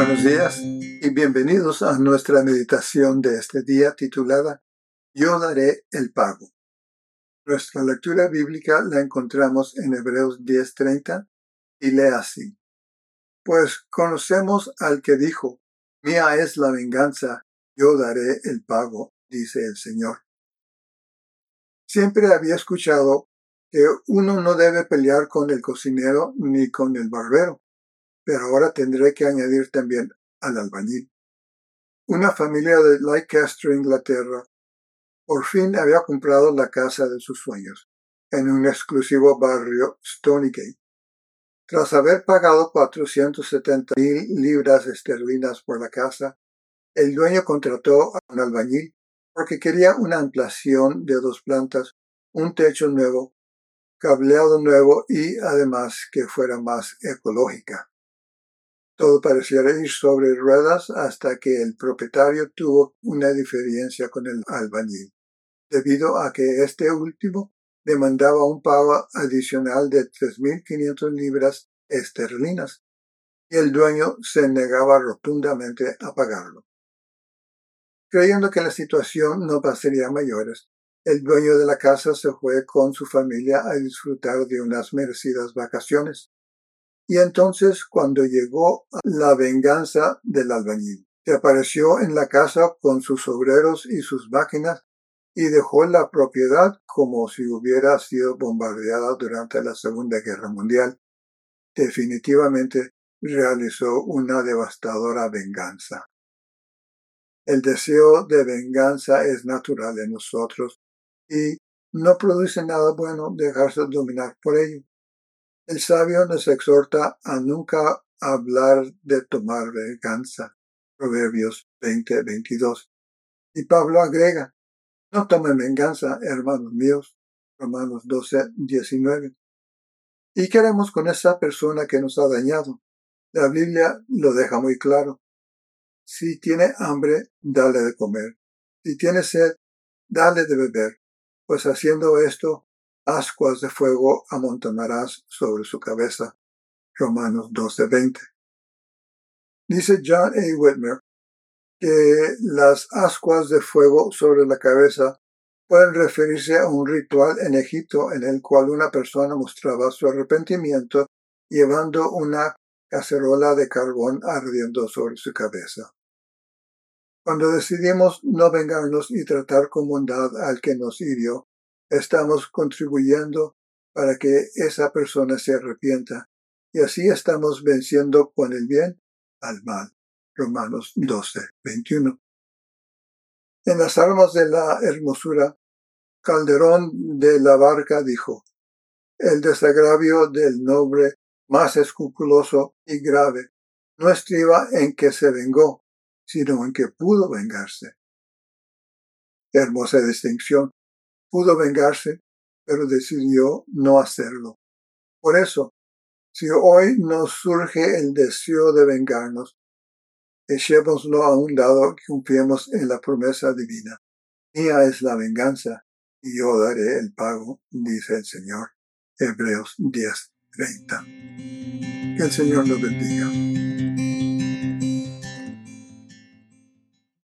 Buenos días y bienvenidos a nuestra meditación de este día titulada Yo daré el pago. Nuestra lectura bíblica la encontramos en Hebreos 10:30 y lee así. Pues conocemos al que dijo, mía es la venganza, yo daré el pago, dice el Señor. Siempre había escuchado que uno no debe pelear con el cocinero ni con el barbero, pero ahora tendré que añadir también al albañil. Una familia de Leicester, Inglaterra, por fin había comprado la casa de sus sueños, en un exclusivo barrio Stonygate. Tras haber pagado 470,000 libras esterlinas por la casa, el dueño contrató a un albañil porque quería una ampliación de 2 plantas, un techo nuevo, cableado nuevo y además que fuera más ecológica. Todo pareciera ir sobre ruedas hasta que el propietario tuvo una diferencia con el albañil, debido a que este último demandaba un pago adicional de 3,500 libras esterlinas, y el dueño se negaba rotundamente a pagarlo. Creyendo que la situación no pasaría a mayores, el dueño de la casa se fue con su familia a disfrutar de unas merecidas vacaciones. Y entonces, cuando llegó la venganza del albañil, se apareció en la casa con sus obreros y sus máquinas y dejó la propiedad como si hubiera sido bombardeada durante la Segunda Guerra Mundial. Definitivamente realizó una devastadora venganza. El deseo de venganza es natural en nosotros y no produce nada bueno dejarse dominar por ello. El sabio nos exhorta a nunca hablar de tomar venganza. Proverbios 20:22. Y Pablo agrega, no tomen venganza, hermanos míos. Romanos 12:19. ¿Y qué haremos con esa persona que nos ha dañado? La Biblia lo deja muy claro. Si tiene hambre, dale de comer. Si tiene sed, dale de beber. Pues haciendo esto, ascuas de fuego amontonarás sobre su cabeza. Romanos 12:20. Dice John A. Whitmer que las ascuas de fuego sobre la cabeza pueden referirse a un ritual en Egipto en el cual una persona mostraba su arrepentimiento llevando una cacerola de carbón ardiendo sobre su cabeza. Cuando decidimos no vengarnos y tratar con bondad al que nos hirió, estamos contribuyendo para que esa persona se arrepienta, y así estamos venciendo con el bien al mal. Romanos 12:21. En las armas de la hermosura, Calderón de la Barca dijo, el desagravio del noble más escrupuloso y grave no estriba en que se vengó, sino en que pudo vengarse. Hermosa distinción. Pudo vengarse, pero decidió no hacerlo. Por eso, si hoy nos surge el deseo de vengarnos, echémoslo a un lado y confiemos en la promesa divina. Mía es la venganza, y yo daré el pago, dice el Señor. Hebreos 10:30. Que el Señor nos bendiga.